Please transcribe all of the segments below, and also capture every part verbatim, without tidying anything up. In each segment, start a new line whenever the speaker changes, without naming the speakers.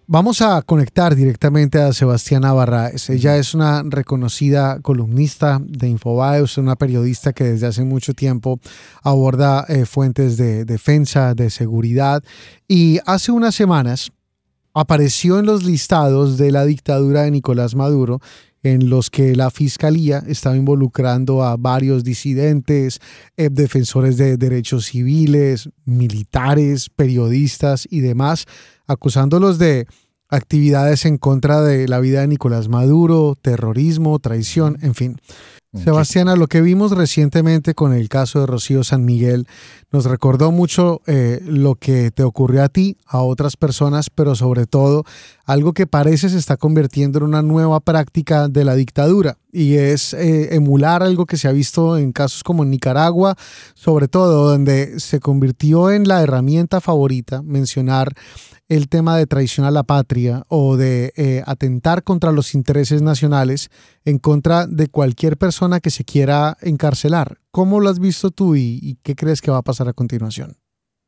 Vamos a conectar directamente a Sebastiana Barraez. Ella es una reconocida columnista de Infobae, es una periodista que desde hace mucho tiempo aborda eh, fuentes de defensa, de seguridad, y hace unas semanas apareció en los listados de la dictadura de Nicolás Maduro, en los que la fiscalía estaba involucrando a varios disidentes, eh, defensores de derechos civiles, militares, periodistas y demás, acusándolos de actividades en contra de la vida de Nicolás Maduro, terrorismo, traición, en fin. Sebastiana, lo que vimos recientemente con el caso de Rocío San Miguel nos recordó mucho eh, lo que te ocurrió a ti, a otras personas, pero sobre todo algo que parece se está convirtiendo en una nueva práctica de la dictadura, y es eh, emular algo que se ha visto en casos como en Nicaragua, sobre todo donde se convirtió en la herramienta favorita mencionar el tema de traición a la patria o de eh, atentar contra los intereses nacionales en contra de cualquier persona que se quiera encarcelar. ¿Cómo lo has visto tú y, y qué crees que va a pasar a continuación?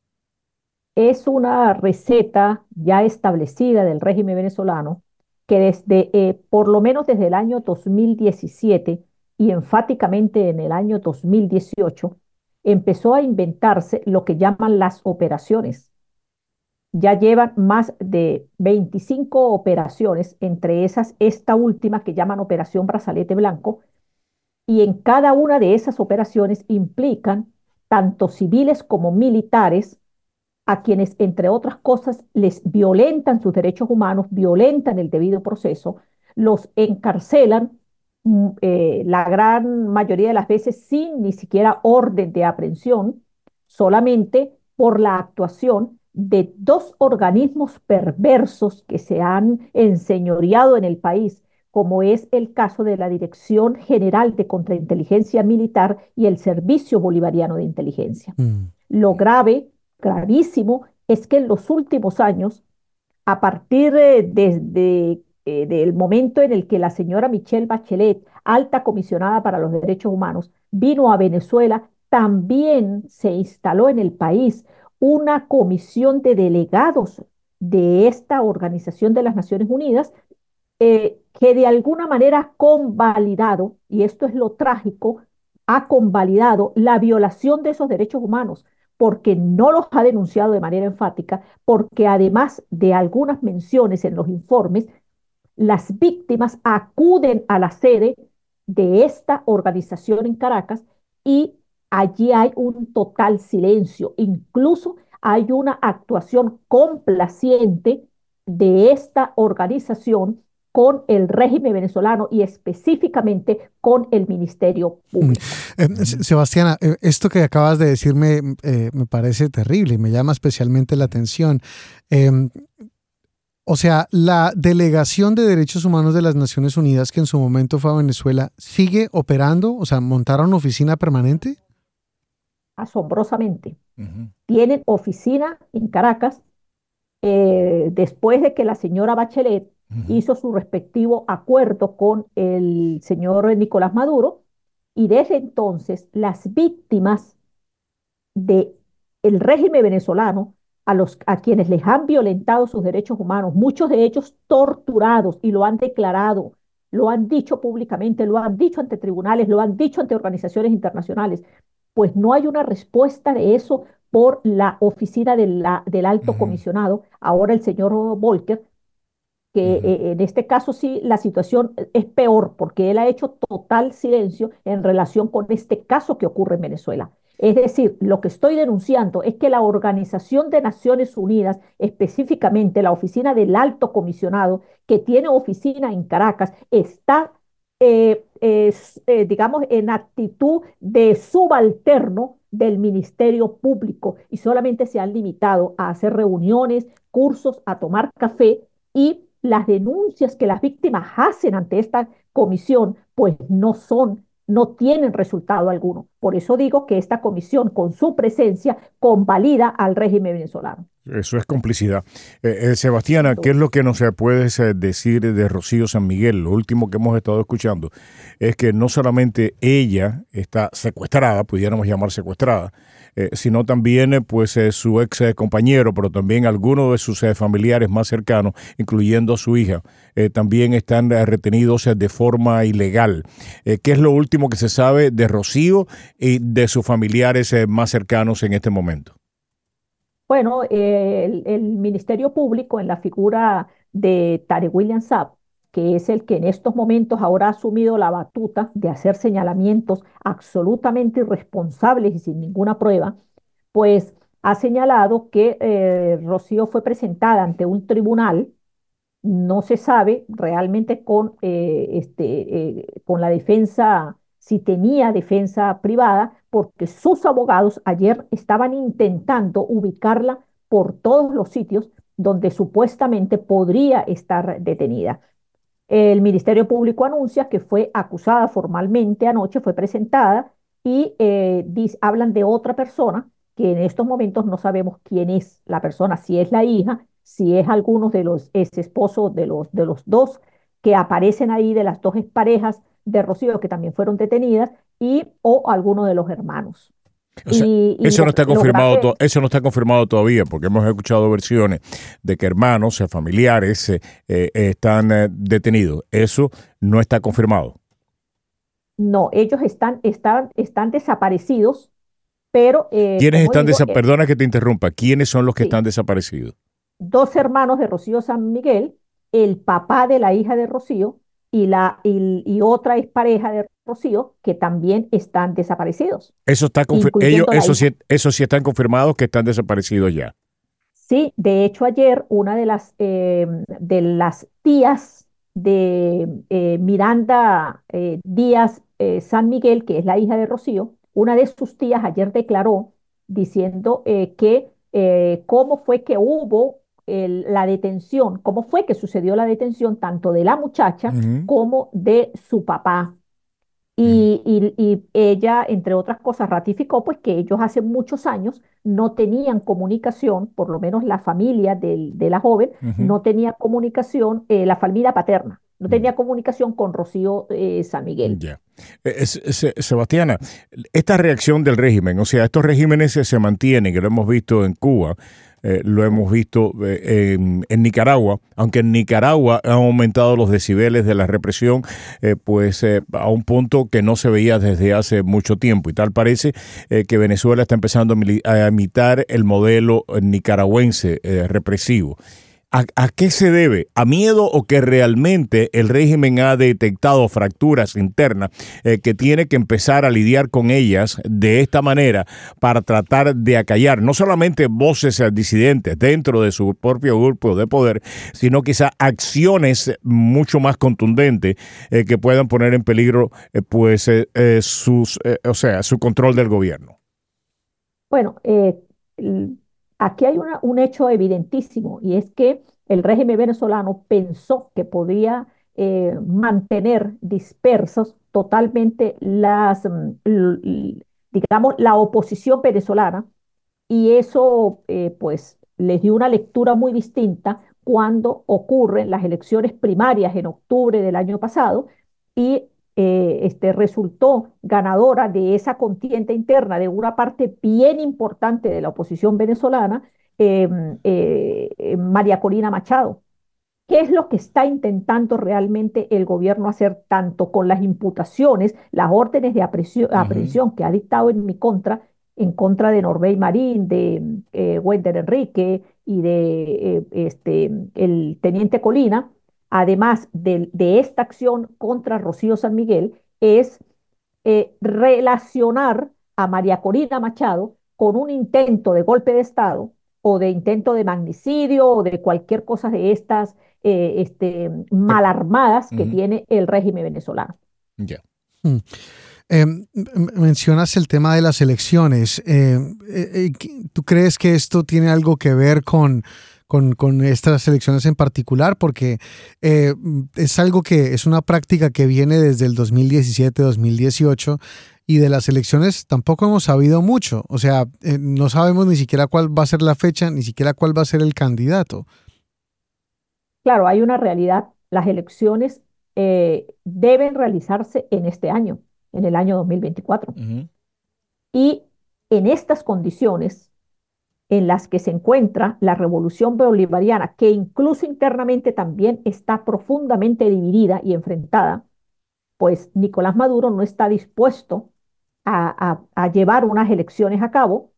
Es una receta ya establecida del régimen venezolano que desde, eh, por lo menos desde el año dos mil diecisiete y enfáticamente en el año dos mil dieciocho, empezó a inventarse lo que llaman las operaciones. Ya llevan más de veinticinco operaciones, entre esas esta última que llaman Operación Brazalete Blanco, y en cada una de esas operaciones implican tanto civiles como militares a quienes, entre otras cosas, les violentan sus derechos humanos, violentan el debido proceso, los encarcelan, mm, eh, la gran mayoría de las veces sin ni siquiera orden de aprehensión, solamente por la actuación de dos organismos perversos que se han enseñoreado en el país, como es el caso de la Dirección General de Contrainteligencia Militar y el Servicio Bolivariano de Inteligencia.
Mm.
Lo grave, gravísimo, es que en los últimos años, a partir eh, desde eh, del momento en el que la señora Michelle Bachelet, alta comisionada para los derechos humanos, vino a Venezuela, también se instaló en el país una comisión de delegados de esta Organización de las Naciones Unidas, eh, que de alguna manera ha convalidado, y esto es lo trágico, ha convalidado la violación de esos derechos humanos, porque no los ha denunciado de manera enfática, porque además de algunas menciones en los informes, las víctimas acuden a la sede de esta organización en Caracas y allí hay un total silencio. Incluso hay una actuación complaciente de esta organización con el régimen venezolano y específicamente con el Ministerio
Mm.
Público.
Eh, Se- Sebastiana, eh, esto que acabas de decirme eh, me parece terrible y me llama especialmente la atención. Em, o sea, la Delegación de Derechos Humanos de las Naciones Unidas, que en su momento fue a Venezuela, ¿sigue operando? O sea, ¿montaron oficina permanente?
Asombrosamente.
Ujú.
Tienen oficina en Caracas, eh, después de que la señora Bachelet
Ujú.
hizo su respectivo acuerdo con el señor Nicolás Maduro, y desde entonces las víctimas del régimen venezolano, a, los, a quienes les han violentado sus derechos humanos, muchos de ellos torturados, y lo han declarado, lo han dicho públicamente, lo han dicho ante tribunales, lo han dicho ante organizaciones internacionales, pues no hay una respuesta de eso por la oficina de la, del alto
Ujú.
comisionado, ahora el señor Volker, que
Ujú.
eh, en este caso sí la situación es peor porque él ha hecho total silencio en relación con este caso que ocurre en Venezuela. Es decir, lo que estoy denunciando es que la Organización de Naciones Unidas, específicamente la Oficina del Alto Comisionado, que tiene oficina en Caracas, está, eh, es, eh, digamos, en actitud de subalterno del Ministerio Público, y solamente se han limitado a hacer reuniones, cursos, a tomar café, y las denuncias que las víctimas hacen ante esta comisión, pues no son, no tienen resultado alguno. Por eso digo que esta comisión, con su presencia, convalida al régimen venezolano.
Eso es complicidad. Eh, eh, Sebastiana, ¿qué es lo que nos puedes eh, decir de Rocío San Miguel? Lo último que hemos estado escuchando es que no solamente ella está secuestrada, pudiéramos llamar secuestrada, eh, sino también eh, pues eh, su ex eh, compañero, pero también algunos de sus eh, familiares más cercanos, incluyendo a su hija, eh, también están eh, retenidos eh, de forma ilegal. Eh, ¿Qué es lo último que se sabe de Rocío y de sus familiares eh, más cercanos en este momento?
Bueno, eh, el, el Ministerio Público en la figura de Tarek William Saab, que es el que en estos momentos ahora ha asumido la batuta de hacer señalamientos absolutamente irresponsables y sin ninguna prueba, pues ha señalado que eh, Rocío fue presentada ante un tribunal. No se sabe realmente con, eh, este, eh, con la defensa, si tenía defensa privada, porque sus abogados ayer estaban intentando ubicarla por todos los sitios donde supuestamente podría estar detenida. El Ministerio Público anuncia que fue acusada formalmente anoche, fue presentada y eh, dis- hablan de otra persona que en estos momentos no sabemos quién es la persona, si es la hija, si es alguno de los ex esposos de los, de los dos que aparecen ahí, de las dos parejas de Rocío que también fueron detenidas, y o alguno de los hermanos.
O sea,
Y, y
eso
lo,
no está
lo
confirmado, to-
grave,
eso no está confirmado todavía, porque hemos escuchado versiones de que hermanos, eh, familiares eh, eh, están eh, detenidos. Eso no está confirmado.
no, ellos están, están, están desaparecidos, pero eh,
¿Quiénes
como
están
digo,
desa-
eh,
Perdona que te interrumpa. ¿Quiénes son los que
sí,
están desaparecidos?
dos hermanos de Rocío San Miguel, el papá de la hija de Rocío y, la, y, y otra expareja de Rocío que también están desaparecidos,
Eso está confir- ellos,
incluyendo la
eso sí,
hija.
eso sí están confirmados que están desaparecidos ya.
Sí, de hecho ayer una de las, eh, de las tías de eh, Miranda eh, Díaz eh, San Miguel, que es la hija de Rocío, una de sus tías ayer declaró diciendo eh, que eh, cómo fue que hubo el- la detención, cómo fue que sucedió la detención tanto de la muchacha
Ujú,
como de su papá.
ujú,
Y, y- y ella, entre otras cosas, ratificó pues que ellos hace muchos años no tenían comunicación, por lo menos la familia del- de la joven,
ujú.
no tenía comunicación, eh, la familia paterna, no tenía comunicación con Rocío eh, San Miguel.
Ya. Eh, es- es- Sebastiana, esta reacción del régimen, o sea, estos regímenes se, se mantienen, que lo hemos visto en Cuba, eh, lo hemos visto eh, en, en Nicaragua, aunque en Nicaragua han aumentado los decibeles de la represión, eh, pues eh, a un punto que no se veía desde hace mucho tiempo. Y tal parece eh, que Venezuela está empezando a, mili- a imitar el modelo eh, nicaragüense eh, represivo. ¿A, a qué se debe? ¿A miedo o que realmente el régimen ha detectado fracturas internas eh, que tiene que empezar a lidiar con ellas de esta manera para tratar de acallar no solamente voces eh, disidentes dentro de su propio grupo de poder, sino quizá acciones mucho más contundentes eh, que puedan poner en peligro eh, pues eh, eh, sus, eh, o sea, su control del gobierno?
Bueno, eh, l- aquí hay una- un hecho evidentísimo y es que el régimen venezolano pensó que podía eh, mantener dispersos totalmente las, mm, l- l- digamos, la oposición venezolana, y eso eh, pues les dio una lectura muy distinta cuando ocurren las elecciones primarias en octubre del año pasado y eh, este, resultó ganadora de esa contienda interna de una parte bien importante de la oposición venezolana, eh, eh, eh, María Corina Machado. ¿Qué es lo que está intentando realmente el gobierno hacer tanto con las imputaciones, las órdenes de aprecio-
Ujú.
aprehensión que ha dictado en mi contra, en contra de Norbey Marín, de eh, Wender Enrique y de eh, este, el teniente Colina, además de, de esta acción contra Rocío San Miguel, es eh, relacionar a María Corina Machado con un intento de golpe de Estado o de intento de magnicidio o de cualquier cosa de estas eh, este,
Pero,
mal armadas que
ujú,
tiene el régimen venezolano.
ya.
Mm. Eh, m- mencionas el tema de las elecciones. Eh, eh, eh, ¿tú crees que esto tiene algo que ver con, con, con estas elecciones en particular? Porque eh, es algo que es una práctica que viene desde el dos mil diecisiete, dos mil dieciocho, y de las elecciones tampoco hemos sabido mucho. O sea, eh, no sabemos ni siquiera cuál va a ser la fecha, ni siquiera cuál va a ser el candidato.
Claro, hay una realidad. Las elecciones eh, deben realizarse en este año, en el año dos mil veinticuatro.
Ujú.
Y en estas condiciones en las que se encuentra la revolución bolivariana, que incluso internamente también está profundamente dividida y enfrentada, pues Nicolás Maduro no está dispuesto a, a- a llevar unas elecciones a cabo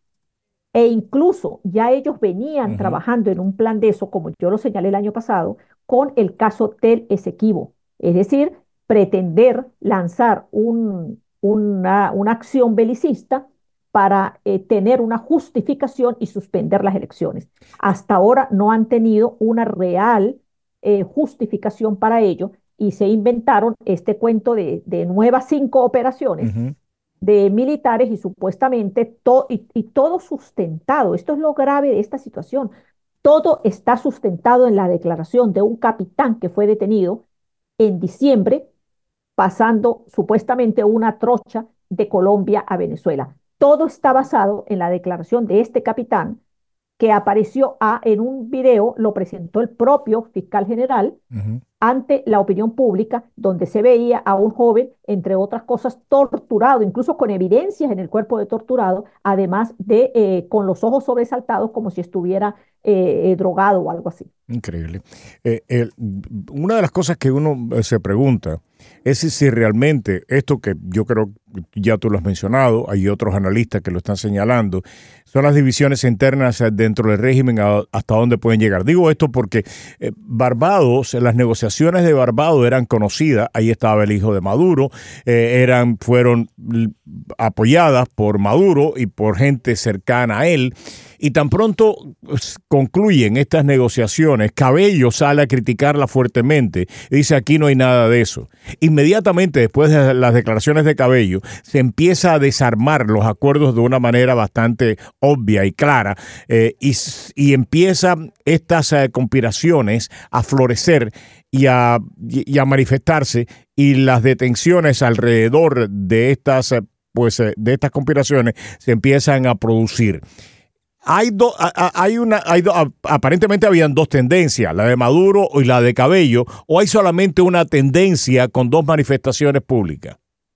e incluso ya ellos venían
Ujú.
trabajando en un plan de eso, como yo lo señalé el año pasado, con el caso Tel Esequibo. Es decir, pretender lanzar un- una, una acción belicista para eh, tener una justificación y suspender las elecciones. Hasta ahora no han tenido una real eh, justificación para ello y se inventaron este cuento de, de nuevas cinco operaciones
Ujú.
de militares y supuestamente to- y, y todo sustentado. Esto es lo grave de esta situación. Todo está sustentado en la declaración de un capitán que fue detenido en diciembre pasando supuestamente una trocha de Colombia a Venezuela. Todo está basado en la declaración de este capitán que apareció a, en un video, lo presentó el propio fiscal general
Ujú.
ante la opinión pública, donde se veía a un joven, entre otras cosas, torturado, incluso con evidencias en el cuerpo de torturado, además de eh, con los ojos sobresaltados como si estuviera eh, eh, drogado o algo así.
Increíble. Eh, el- una de las cosas que uno eh, se pregunta es si, si realmente esto que yo creo que ya tú lo has mencionado, hay otros analistas que lo están señalando, son las divisiones internas eh, dentro del régimen a- hasta dónde pueden llegar. Digo esto porque eh, Barbados, eh, las negociaciones de Barbados eran conocidas, ahí estaba el hijo de Maduro, eh, eran, fueron l- apoyadas por Maduro y por gente cercana a él. Y tan pronto pues, concluyen estas negociaciones, Cabello sale a criticarla fuertemente y dice aquí no hay nada de eso. Inmediatamente después de las declaraciones de Cabello, se empieza a desarmar los acuerdos de una manera bastante obvia y clara eh, y, y empiezan estas eh, conspiraciones a florecer y a, y a manifestarse y las detenciones alrededor de estas, eh, pues, eh, de estas conspiraciones se empiezan a producir. Hay, do, a- a- hay una, hay do- a- aparentemente habían dos tendencias, la de Maduro y la de Cabello, o hay solamente una tendencia con dos manifestaciones públicas.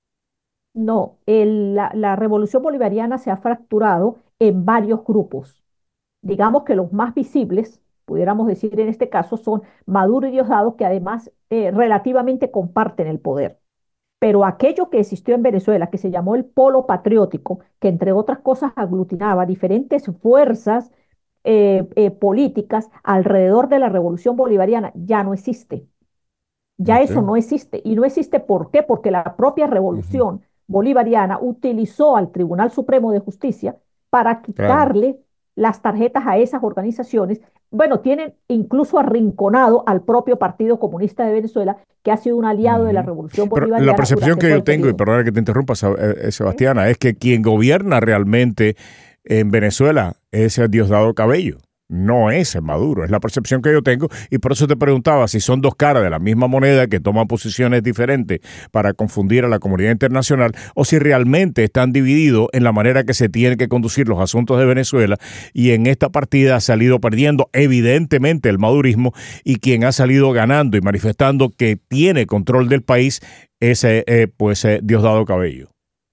No, el- la, la revolución bolivariana se ha fracturado en varios grupos. Digamos que los más visibles, pudiéramos decir en este caso, son Maduro y Diosdado, que además eh, relativamente comparten el poder. Pero aquello que existió en Venezuela, que se llamó el Polo Patriótico, que entre otras cosas aglutinaba diferentes fuerzas eh, eh, políticas alrededor de la revolución bolivariana, ya no existe. Ya eso
Okay.
no existe. ¿Y no existe por qué? Porque la propia
Ujú.
revolución bolivariana utilizó al Tribunal Supremo de Justicia para
Claro.
quitarle las tarjetas a esas organizaciones. Bueno, tienen incluso arrinconado al propio Partido Comunista de Venezuela, que ha sido un aliado de la
Ujú.
revolución
Pero la
bolivariana
percepción
durante
que
todo
yo
el
tengo, y
periodo.
perdona que te interrumpa, Sa- eh, eh,
¿Sí?
Sebastiana, es que quien gobierna realmente en Venezuela es el Diosdado Cabello. No es el Maduro, es la percepción que yo tengo y por eso te preguntaba si son dos caras de la misma moneda que toman posiciones diferentes para confundir a la comunidad internacional o si realmente están divididos en la manera que se tienen que conducir los asuntos de Venezuela y en esta partida ha salido perdiendo evidentemente el madurismo y quien ha salido ganando y manifestando que tiene control del país es eh, eh, pues eh, Diosdado Cabello.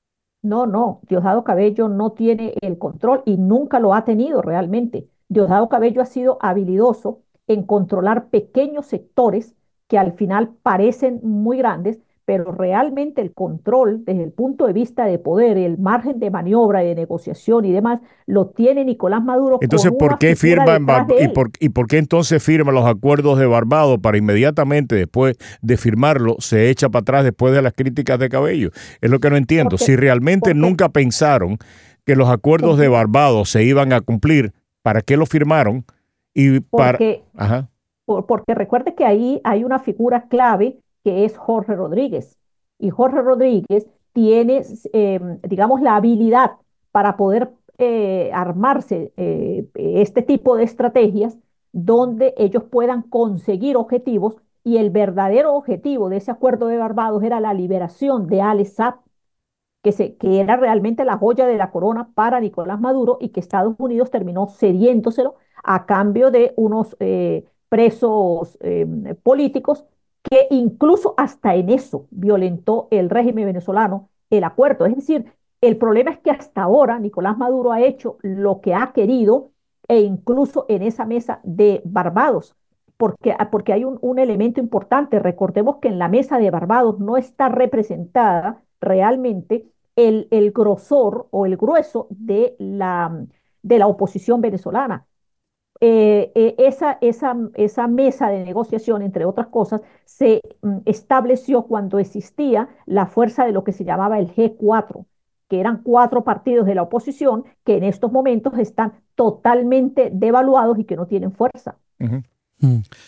No, no, Diosdado Cabello no tiene el control y nunca lo ha tenido realmente. Diosdado Cabello ha sido habilidoso en controlar pequeños sectores que al final parecen muy grandes, pero realmente el control desde el punto de vista de poder, el margen de maniobra, de negociación y demás, lo tiene Nicolás Maduro con
Entonces, ¿por
una
qué
figura
firma en
detrás
Barba-
de
y
él.
por, y por qué entonces firma los acuerdos de Barbados para inmediatamente después de firmarlo se echa para atrás después de las críticas de Cabello? Es lo que no entiendo. Si
Porque,
realmente
porque,
nunca pensaron que los acuerdos de
ujú,
Barbados se iban a cumplir, ¿para qué lo firmaron? Y para,
porque
ajá,
por- porque recuerde que ahí hay una figura clave que es Jorge Rodríguez. Y Jorge Rodríguez tiene, eh, digamos, la habilidad para poder eh, armarse eh, este tipo de estrategias donde ellos puedan conseguir objetivos. Y el verdadero objetivo de ese acuerdo de Barbados era la liberación de Al Sadd, que, se, que era realmente la joya de la corona para Nicolás Maduro y que Estados Unidos terminó cediéndoselo a cambio de unos eh, presos eh, políticos que incluso hasta en eso violentó el régimen venezolano el acuerdo. Es decir, el problema es que hasta ahora Nicolás Maduro ha hecho lo que ha querido e incluso en esa mesa de Barbados, porque, porque hay un, un elemento importante. Recordemos que en la mesa de Barbados no está representada realmente el, el grosor o el grueso de la, de la oposición venezolana. Eh, eh, esa, esa, esa mesa de negociación, entre otras cosas, se mm, estableció cuando existía la fuerza de lo que se llamaba el G cuatro, que eran cuatro partidos de la oposición que en estos momentos están totalmente devaluados y que no tienen fuerza.
Uh-huh.
Mm.